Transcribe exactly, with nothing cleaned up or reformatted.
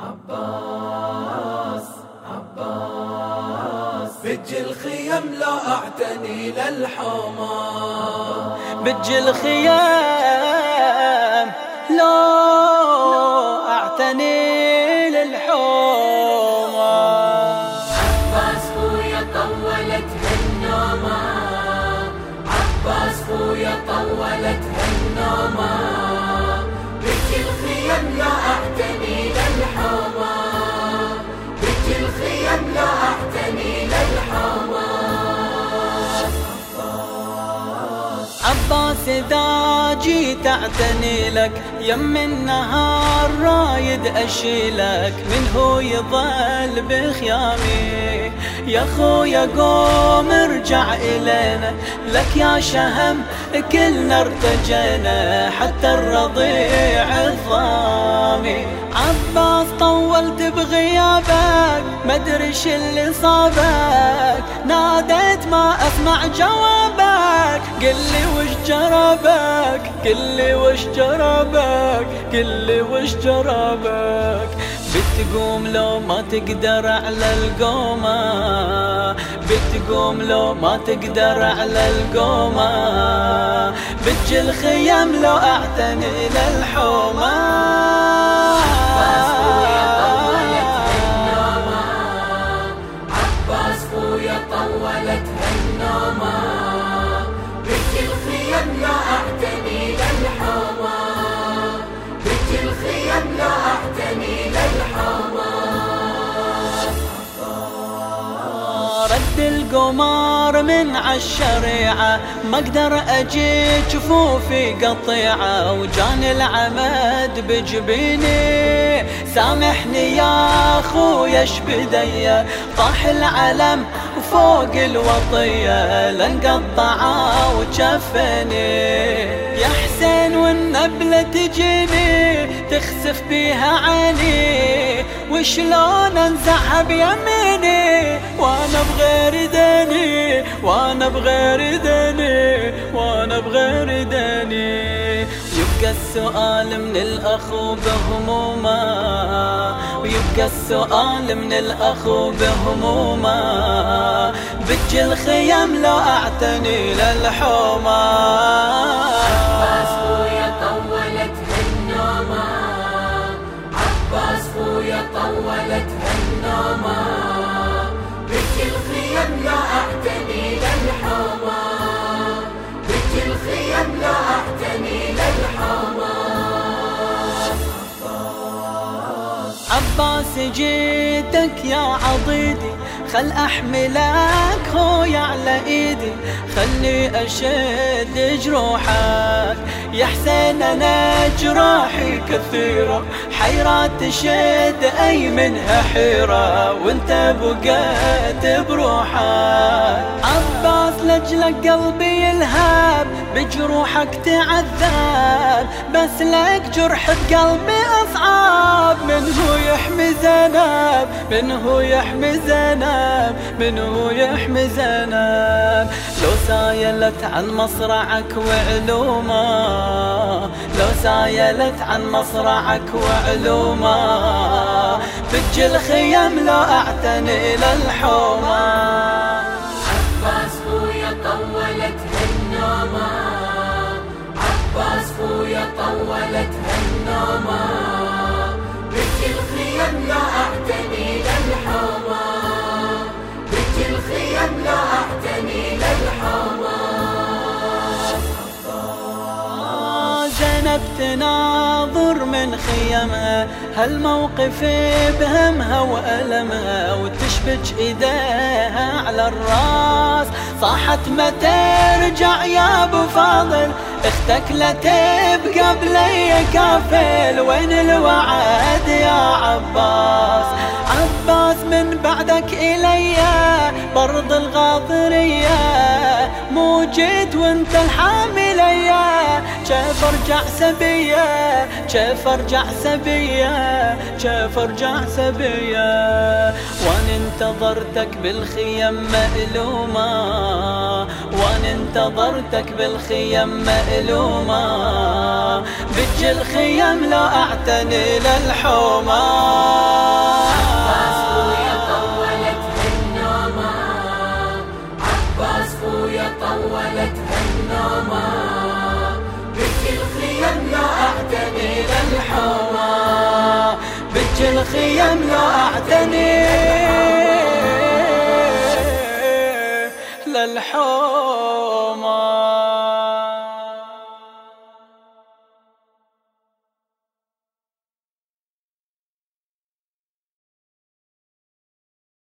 عباس عباس بج الخيم لا أعتني للحومة، بج الخيم لا أعتني للحومة. عباس خويا طولت هالنومة، عباس خويا طولت هالنومة، بج الخيم لا أعتني للحومة، بج الخيم لا أعتني للحومة. عباس إذا جيت أعتني لك يم النهار رايد أشيلك، من هو يظل بخيامي يا خويا قوم ارجع إلينا، لك يا شهم كلنا ارتجينا حتى الرضيع الظامي. عباس طولت بغيابك مدري شو اللي صابك، ناديت ما أسمع جوابك، قلي وش جربك قلي وش جربك قلي وش جربك. بتقوم لو ما تقدر على القومة، بتقوم لو ما تقدر على القومة، بج الخيم لو أعتني للحومة. عباس خويا طولت هالنومة، عباس خويا طولت هالنومة، بج الخيم لا أعتني للحومة، بج الخيم لا أعتني للحومة. رد القمار من عالشريعة ما اقدر اجي جفوفي قطيعة، وجاني العمد بجبيني سامحني يا خويا اش بديا، طاح العلم فوق الوطية لنقطعه وجفني. يا حسين والنبلة تجيني تخسف بيها عيني، وشلون انزعها بيميني وانا بغير داني وانا بغير داني وانا بغير داني. يبقى السؤال من الأخو بهمومه، ويبقى السؤال من الأخو بهمومه، بج الخيم لو أعتني للحومة. عباس خويا طولت هالنومة، عباس خويا طولت هالنومة، بج الخيم لا أعتني للحومة، بج الخيم لا أعتني للحومة. عباس جيتك يا عضيدي خل أحملك خويا على إيدي، خلي أشد جروحك يا حسين أنا جراحي كثيرة، حيرات تشد أي منها حيرة وانت بقيت بروحك. عباس لجلك قلبي يلهب بجروحك تعذب، بس لك جرح بقلبي أصعب، من هو يحمي زينب من هو يحمي زينب من هو يحمي زينب. لو سايلت عن مصرعك وعلومه، لو سايلت عن مصرعك وعلومه، بج الخيم لو أعتني للحومة. عباس خويا طولت هالنومة، عباس خويا طولت هالنومة، بج الخيم لا أعتني للحومة، بج الخيم لا أعتني للحومة. زينب تناظر من خيمها هالموقف بهمها وألمها، وتشبج ايديها على الراس صاحت ما ترجع يا ابو فاضل، اختك لا تبقى بلي كافل، وين الوعد يا عباس. عباس من بعدك إليا برض الغاضرية، مو جيت وانت الحاملية، كيف ارجع سبية كيف ارجع سبية كيف ارجع سبية. وانا انتظرتك بالخيم مألومة، وانا انتظرتك بالخيم مألومة، بج الخيم لا اعتني للحومة. خويا طولتها النومة، بكي الخيم لو أعتني للحومة، بكي الخيم لو أعتني للحومة.